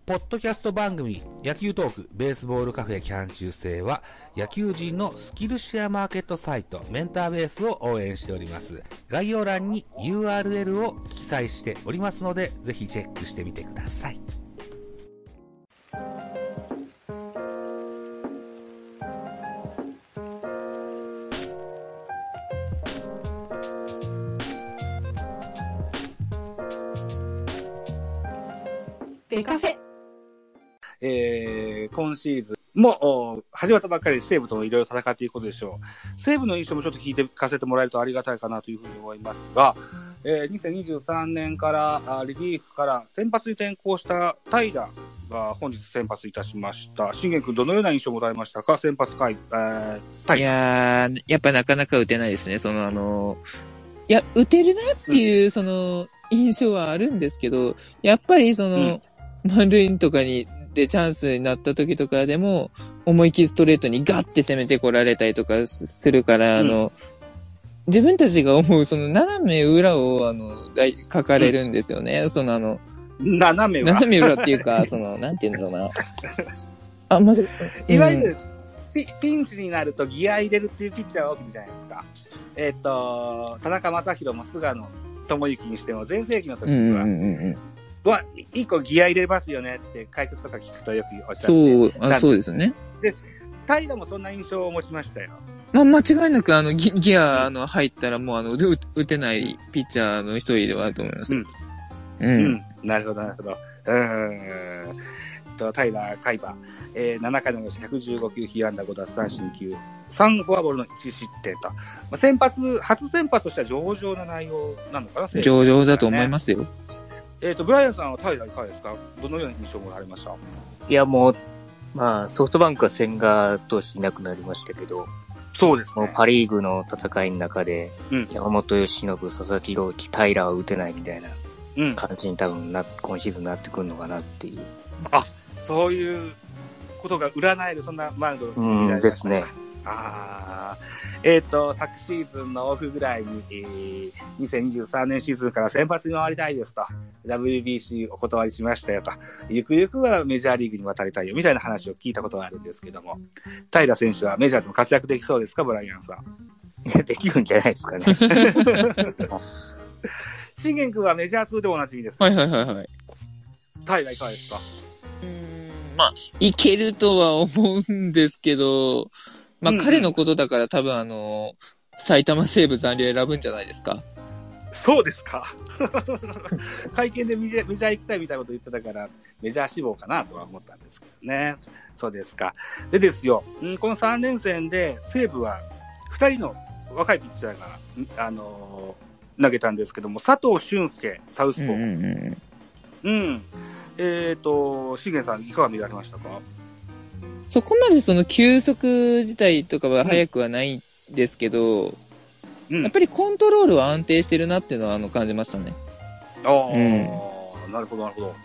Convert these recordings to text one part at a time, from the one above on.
ポッドキャスト番組野球トークベースボールカフェキャン中世は野球人のスキルシェアマーケットサイトメンターベースを応援しております。概要欄に URL を記載しておりますのでぜひチェックしてみてください。 ベカフェ。 今シーズンも始まったばっかりで西武ともいろいろ戦っていくことでしょう。西武の印象もちょっと聞いかせてもらえるとありがたいかなというふうに思いますが、2023年からリリーフから先発に転向した平が本日先発いたしました。信玄君どのような印象をもらいましたか？先発回、 いやー、やっぱなかなか打てないですね。いや、打てるなっていう、印象はあるんですけど、やっぱり満塁とかでチャンスになった時とかでも、思い切りストレートにガッて攻めてこられたりとかするから、自分たちが思う斜め裏を、書かれるんですよね。 斜め裏っていうか、なんていうんだろうな。 いわゆる、ピンチになるとギア入れるっていうピッチャーが多いじゃないですか。田中将大も菅野智之にしても、全盛期の時は、一個ギア入れますよねって解説とか聞くとよくおっしゃって。 そうですね。 で、平もそんな印象を持ちましたよ。 間違いなくギア入ったらもう打てないピッチャーの一人ではあると思います。 なるほど、なるほど。平海馬、7回の投げ115球、被安打5奪三振9、3フォアボールの1失点と。初先発としては上々な内容なのかな？ 上々だと思いますよ。 ブライアンさんは平いかがですか？どのような印象をもらいました？ いや、もう、ソフトバンクは千賀投手いなくなりましたけど、 そうですね。 もうパリーグの戦いの中で、山本由伸、佐々木朗希、平は打てないみたいな感じに多分今シーズンなってくるのかなっていう。 そういうことが占える、そんなマウンドみたいな。 ですね。 昨シーズンのオフぐらいに、2023年シーズンから先発に回りたいですと、WBC お断りしましたよと、ゆくゆくはメジャーリーグに渡りたいよみたいな話を聞いたことがあるんですけども、平選手はメジャーでも活躍できそうですか、ブライアンさん？ いや、できるんじゃないですかね。 信玄君はメジャー2でおなじみです。 はい。平いかがですか？ いけるとは思うんですけど、彼のことだから多分埼玉西武残留選ぶんじゃないですか。 そうですか。会見でメジャー行きたいみたいなこと言ってたから、メジャー志望かなとは思ったんですけどね。そうですか。でですよ、この3連戦で西武は2人の若いピッチャーが、投げたんですけども、佐藤俊介、サウスポー。信玄さんいかが見られましたか？ そこまで球速自体とかは速くはないんですけど、やっぱりコントロールは安定してるなっていうのは感じましたね。 なるほど、なるほど。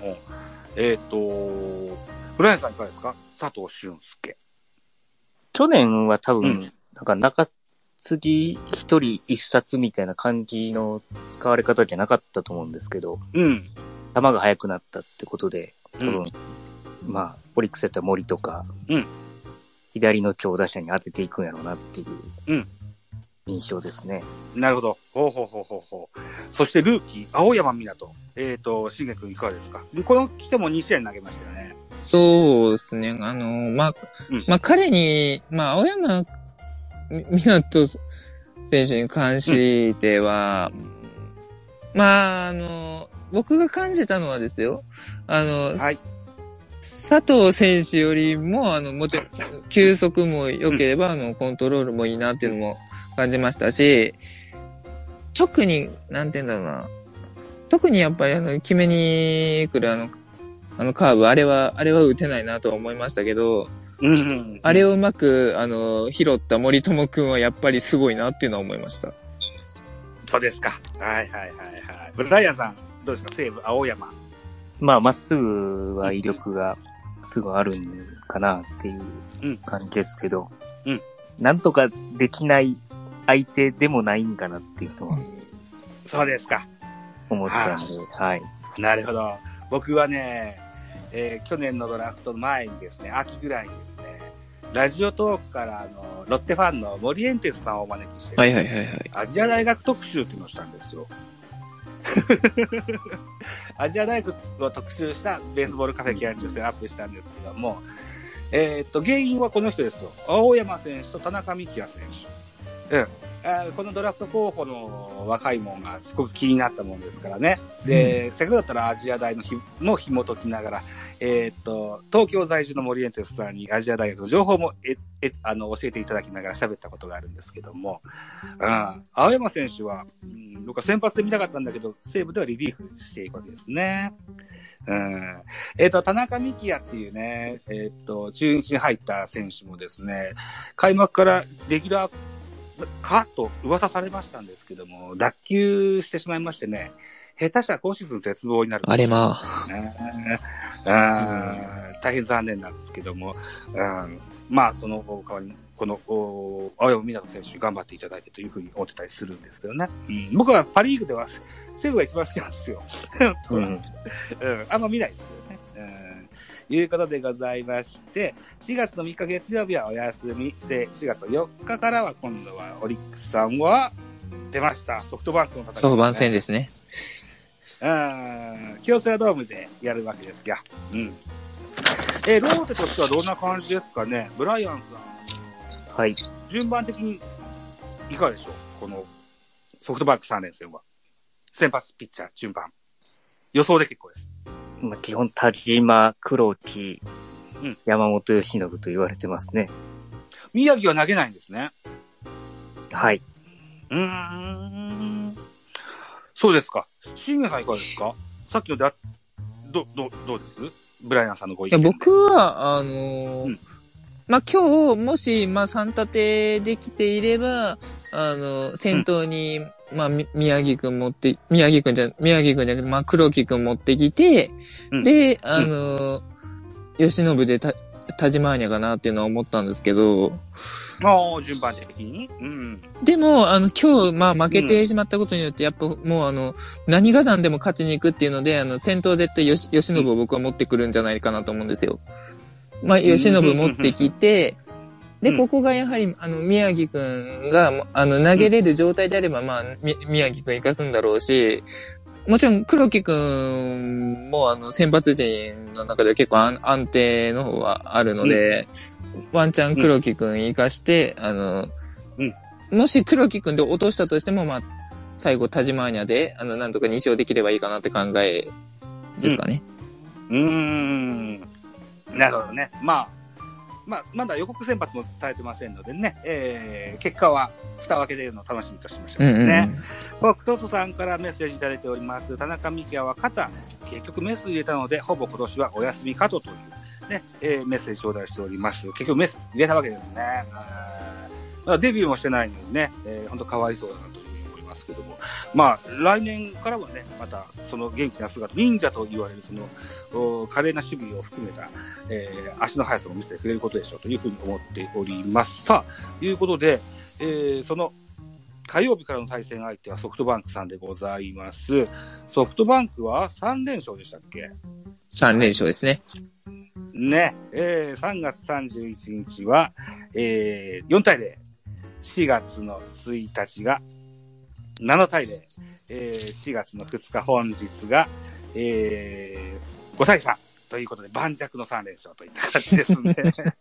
ブライアンさんいかがですか？佐藤俊介。 去年は多分、中継ぎ一人一冊みたいな感じの使われ方じゃなかったと思うんですけど、球が速くなったってことで、多分、オリックスやったら森とか、左の強打者に当てていくんやろうなっていう印象ですね。 なるほど。そしてルーキー、青山湊。信玄君いかがですか？この人も2試合投げましたよね。 そうですね。彼に、青山湊選手に関しては、僕が感じたのはですよ。佐藤選手よりも、もちろん、球速も良ければ、コントロールもいいなっていうのも感じましたし、特に、なんて言うんだろうな。特にやっぱり決めに来るカーブ、あれは打てないなとは思いましたけど、あれをうまく、拾った森友くんはやっぱりすごいなっていうのは思いました。 そうですか。はい。ブライアンさん、どうですか？西武、青山。 まっすぐは威力がすぐあるんかなっていう感じですけど、なんとかできない相手でもないんかなっていうのは。 そうですか。 思ったんで、はい。 なるほど。僕はね、 去年のドラフトの前にですね、秋ぐらいにですね、ラジオトークからロッテファンの森エンテスさんをお招きして、 はいはいはいはい。 アジア大学特集っていうのをしたんですよ。アジア大学を特集したベースボールカフェキャン中戦アップしたんですけども、原因はこの人ですよ。青山選手と田中幹也選手。うん。このドラフト候補の若いもんがすごく気になったもんですからね。で、せっかくだったらアジア大の紐解きながら、東京在住の森エンテスさんにアジア大学の情報も教えていただきながら喋ったことがあるんですけども、青山選手は、僕は先発で見たかったんだけど、西武ではリリーフしていくわけですね。田中幹也っていうね、中日に入った選手もですね、開幕からレギュラーかと噂されましたんですけども、脱臼してしまいましてね、下手したら今シーズン絶望になる、 あれまあ。大変残念なんですけども、まあ、その代わりに、この、青山湊選手頑張っていただいてというふうに思ってたりするんですけどね。僕はパリーグでは西武が一番好きなんですよ。あんま見ないですけどね。いうことでございまして、4月の3日月曜日はお休み、4月の4日からは今度はオリックスさんは出ました。ソフトバンクの戦い、 ソフトバンク戦ですね。 京セラドームでやるわけですが。ローテとしてはどんな感じですかね。ブライアンさん。 はい。 順番的にいかがでしょう、このソフトバンク3連戦は。先発ピッチャー順番。予想で結構です。 まあ、基本、田島、黒木、山本由伸と言われてますね。 宮城は投げないんですね。 はい。 そうですか。新宮さんいかがですか？さっきのでどうですブライアンさんのご意見。 いや、僕は、まあ、今日、もし、まあ、3立てできていれば、先頭に、まあ、宮城くんじゃなくて、まあ、黒木くん持ってきて、で、由伸で田島アーニャかなっていうのは思ったんですけど。 順番的にでも、今日、まあ、負けてしまったことによって、やっぱもう何が何でも勝ちに行くっていうので、先頭絶対由伸を僕は持ってくるんじゃないかなと思うんですよ。まあ、由伸持ってきて、で、ここがやはり、宮城くんが、投げれる状態であれば、まあ、宮城くん生かすんだろうし、もちろん、黒木くんも、先発陣の中で結構安定の方はあるので、ワンチャン黒木くん生かして、もし黒木くんで落としたとしても、まあ、最後、田島アーニャで、なんとか2勝できればいいかなって考えですかね。 なるほどね。まだ予告先発もされてませんのでね、結果は蓋を開けているのを楽しみとしましょうね。フォックスオートさんからメッセージいただいております。田中幹也は肩、結局メス入れたので、ほぼ今年はお休みかというね、メッセージ頂戴しております。結局メス入れたわけですね。デビューもしてないのにね、本当かわいそうだなというふうに思いますけども。まあ、来年からはね、また、その元気な姿、忍者と言われるその、華麗な守備を含めた、足の速さも見せてくれることでしょうというふうに思っております。さあ、ということで、その、火曜日からの対戦相手はソフトバンクさんでございます。ソフトバンクは3連勝でしたっけ？ 3連勝ですね。 ね、3月31日は、4対0。4月の1日が7対0。4月の2日本日が、5対3。ということで、盤石の3連勝といった形ですね。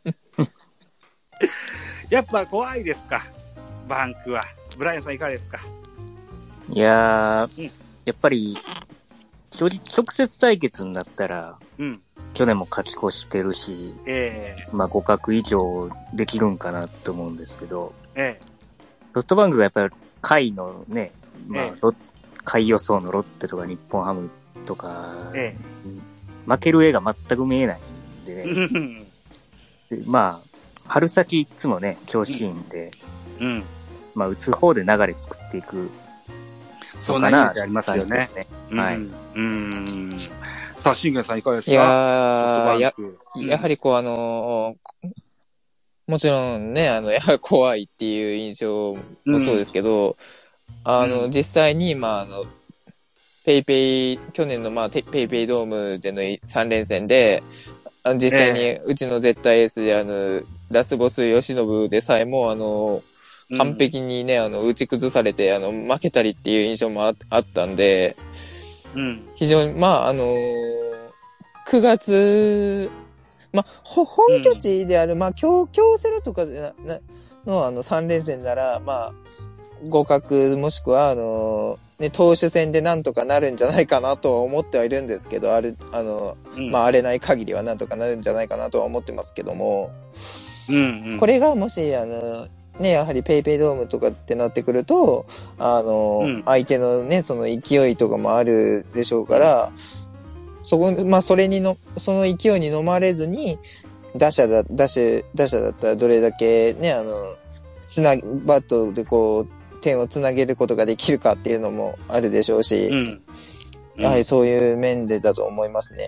やっぱ怖いですか？バンクは。ブライアンさんいかがですか？ いやー、やっぱり、正直直接対決になったら、去年も勝ち越してるし、まあ互角以上できるんかなと思うんですけど、ソフトバンクがやっぱり下位のね、まあ下位予想のロッテとか日本ハムとか、負ける絵が全く見えないんで、でまあ、春先いつもね、調子いいんで、まあ、打つ方で流れ作っていく。 そんなイメージありますよね。 はい。 さあ、新源さんいかがですか？ いやはりこうもちろんね、やはり怖いっていう印象もそうですけど、実際に、まあ、 去年のペイペイドームでの3連戦で、実際にうちの絶対エースでラスボス吉信でさえも完璧にね、打ち崩されて、負けたりっていう印象もあったんで、非常に、9月、本拠地である、京セラとかの3連戦なら、互角もしくは、投手戦でなんとかなるんじゃないかなとは思ってはいるんですけど、荒れない限りはなんとかなるんじゃないかなとは思ってますけども、これがもし、やはりペイペイドームとかってなってくると、相手のね、その勢いとかもあるでしょうから、その勢いに飲まれずに、打者だったらどれだけね、バットで点をつなげることができるかっていうのもあるでしょうし、やはりそういう面でだと思いますね。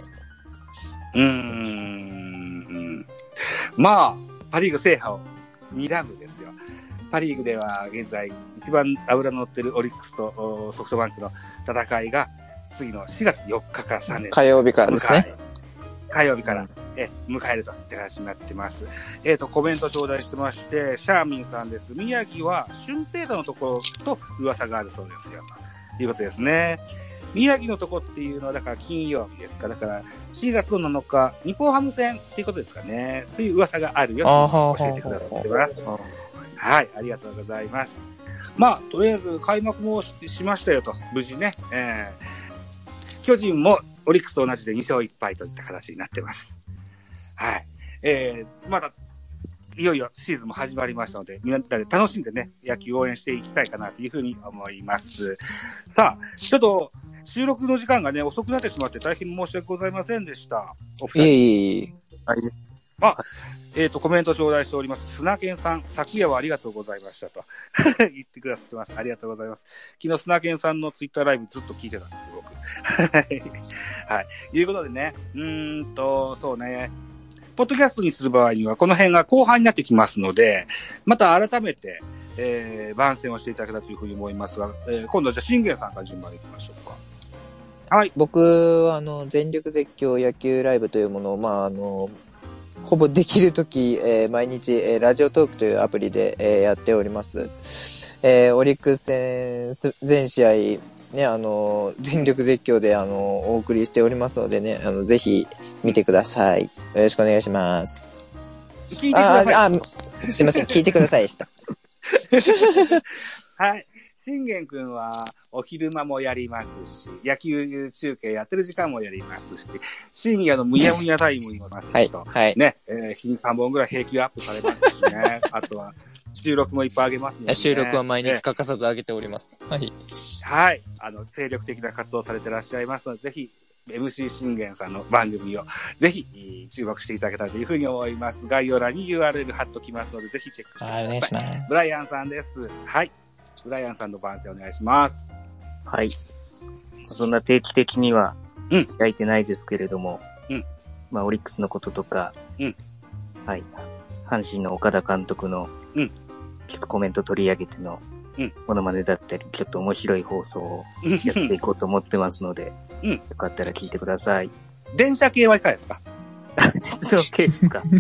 パリーグ制覇を睨むですよ。パリーグでは現在一番脂の乗ってるオリックスとソフトバンクの戦いが次の4月4日から3年火曜日からですね。 火曜日から迎えるという話になってます。コメント頂戴してまして、シャーミンさんです。宮城は俊平太のところと噂があるそうですよ。ということですね。宮城のとこっていうのは、だから金曜日ですか。だから4月の7日、日本ハム戦っていうことですかね。という噂があるよと教えてくださってます。はい、ありがとうございます。とりあえず開幕も しましたよと、無事ね。巨人もオリックスと同じで2勝1敗といった形になってます。はい。まだ、いよいよシーズンも始まりましたので、みんなで楽しんでね、野球応援していきたいかなというふうに思います。さあ、ちょっと、収録の時間がね、遅くなってしまって大変申し訳ございませんでした。お二人。コメント頂戴しております。砂健さん、昨夜はありがとうございましたと言ってくださってます。ありがとうございます。昨日砂健さんのツイッターライブずっと聞いてたんですよ、僕。はい。いうことでね、そうね、ポッドキャストにする場合には、この辺が後半になってきますので、また改めて、番宣をしていただけたらというふうに思いますが、今度はじゃあ、信玄さんから順番に行きましょうか。はい。 僕は、全力絶叫野球ライブというものを、ほぼできるとき、毎日、ラジオトークというアプリで、やっております。オリックス戦、全試合、ね、全力絶叫で、お送りしておりますのでね、ぜひ、見てください。よろしくお願いします。 聞いてください。 すいません、聞いてくださいでした。 はい。信玄くんはお昼間もやりますし、野球中継やってる時間もやりますし、深夜のむやむやタイムにもいますしと、 はい。 ね、日に3本ぐらい平均アップされますしね。あとは、収録もいっぱいあげますので、ね。 収録は毎日欠かさず上げております。はい。 はい。精力的な活動されてらっしゃいますので、ぜひ、MC 信玄さんの番組をぜひ注目していただけたらというふうに思います。概要欄に URL 貼っときますので、ぜひチェックしてください。 お願いします。 ブライアンさんです。はい。ブライアンさんの番宣お願いします。 はい。そんな定期的には、開いてないですけれども、オリックスのこととか、はい。阪神の岡田監督の、ちょっとコメント取り上げての、モノマネだったり、ちょっと面白い放送をやっていこうと思ってますので、よかったら聞いてください。 電車系はいかがですか？ 電車系ですか？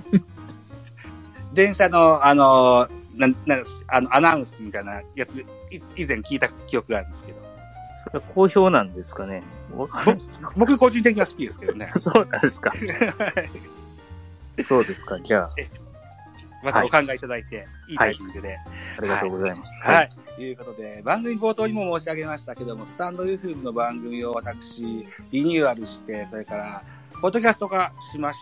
電車の、アナウンスみたいなやつ、以前聞いた記憶があるんですけど。 それは好評なんですかね？ 僕個人的には好きですけどね。 そうなんですか。そうですか、じゃあ。 またお考えいただいて、いいタイミングで。 ありがとうございます。 はい。ということで、番組冒頭にも申し上げましたけども、スタンド FM の番組を私、リニューアルして、それから、ポッドキャスト化しました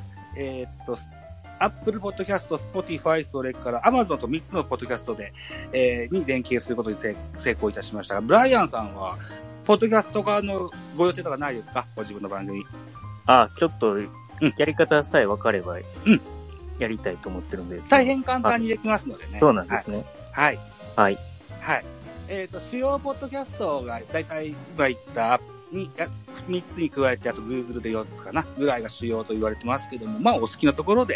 。Apple Podcast、Spotify、それから Amazon と3つのポッドキャストで、に連携することに成功いたしましたが、ブライアンさんは、ポッドキャスト化のご予定とかないですか？ご自分の番組。 ちょっと、やり方さえ分かれば、やりたいと思ってるんです。 大変簡単にできますのでね。 そうなんですね。 はい。 はい。 はい。主要ポッドキャストが、だいたい今言った3つに加えて、あと Google で4つかな、ぐらいが主要と言われてますけども、お好きなところで、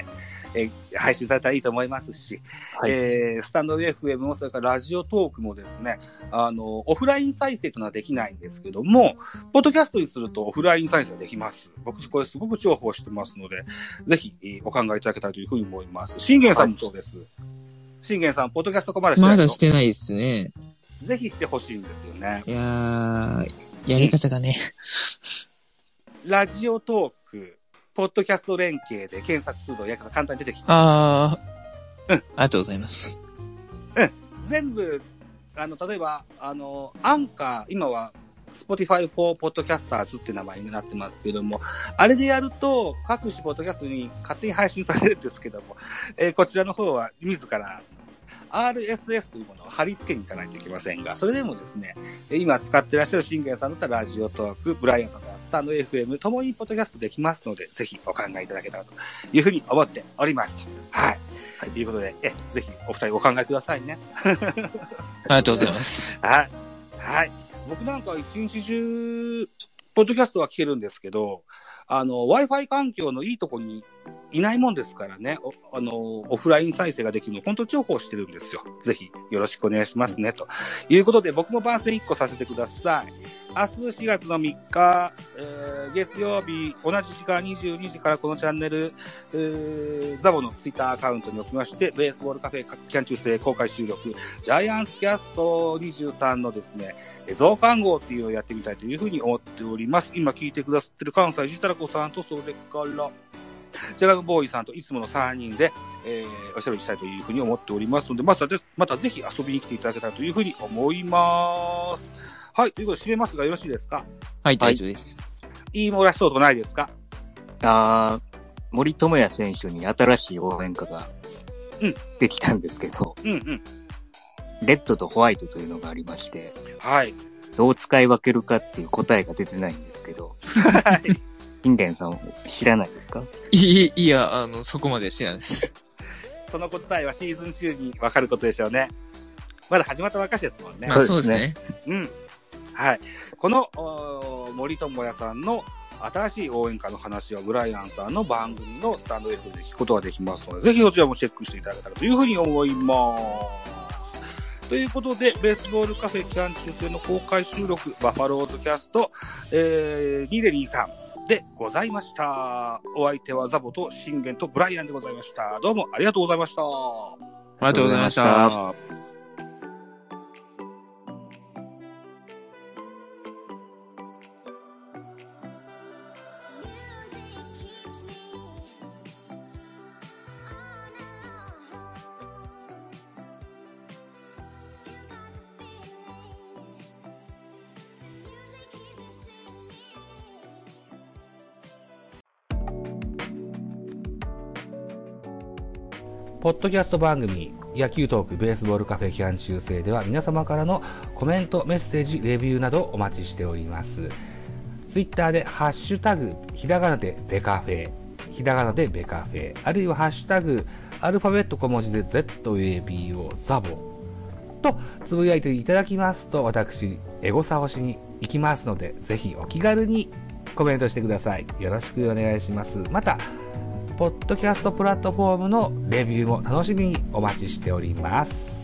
配信されたらいいと思いますし、 はい、 スタンド FM も、それからラジオトークもですね、オフライン再生というのはできないんですけども、ポッドキャストにするとオフライン再生できます。僕、これすごく重宝してますので、ぜひ、お考えいただけたらというふうに思います。信玄さんもそうです。信玄さん、ポッドキャストまだしてないの？ まだしてないですね。 ぜひしてほしいんですよね。 いやー、やり方がね。 ラジオトーク、ポッドキャスト連携で検索すると簡単に出てきます。 ありがとうございます。 全部、例えば、アンカー、今は、Spotify for Podcasters って名前になってますけども、あれでやると、各種ポッドキャストに勝手に配信されるんですけども、こちらの方は自ら、RSS というものを貼り付けに行かないといけませんが、それでもですね、今使ってらっしゃる信玄さんだったらラジオトーク、ブライアンさんだったらスタンド FM ともにポッドキャストできますので、ぜひお考えいただけたらというふうに思っております。はい。ということで、ぜひお二人お考えくださいね。 ありがとうございます。 はい。はい。僕なんか一日中、ポッドキャストは聞けるんですけど、Wi-Fi 環境のいいとこにいないもんですからね、オフライン再生ができるの、本当重宝してるんですよ。ぜひ、よろしくお願いしますね。ということで、僕も番宣1個させてください。明日4月の3日、月曜日、同じ時間22時からこのチャンネル、ザボのツイッターアカウントにおきまして、ベースボールカフェキャン中世公開収録、ジャイアンツキャスト23のですね、増刊号っていうのをやってみたいというふうに思っております。今聞いてくださってる関西ジタラコさんと、それから、ジャガムボーイさんといつもの3人で、おしゃべりしたいというふうに思っておりますので、またぜひ遊びに来ていただけたらというふうに思います。はい、ということで締めますがよろしいですか？ はい、大丈夫です。 言い漏らしそうとないですか？ 森友哉選手に新しい応援歌ができたんですけど、レッドとホワイトというのがありまして、 はい。 どう使い分けるかっていう答えが出てないんですけど、 はい。 信玄さん知らないですか？ いや、そこまで知らないです。 その答えはシーズン中に分かることでしょうね。まだ始まったばっかしですもんね。 まあそうですね。 はい。この、森友哉さんの新しい応援歌の話はブライアンさんの番組のスタンド F で聞くことができますので、ぜひそちらもチェックしていただけたらというふうに思います。ということで、ベースボールカフェキャン中世の公開収録、バファローズキャスト、2023でございました。お相手はザボと信玄とブライアンでございました。どうもありがとうございました。 ありがとうございました。 ポッドキャスト番組野球トークベースボールカフェキャン中世では皆様からのコメント、メッセージ、レビューなどお待ちしております。ツイッターでハッシュタグひらがなでベカフェ、ひらがなでベカフェ、あるいはハッシュタグアルファベット小文字で ZABO ザボとつぶやいていただきますと、私エゴサをしに行きますので、ぜひお気軽にコメントしてください。よろしくお願いします。またポッドキャストプラットフォームのレビューも楽しみにお待ちしております。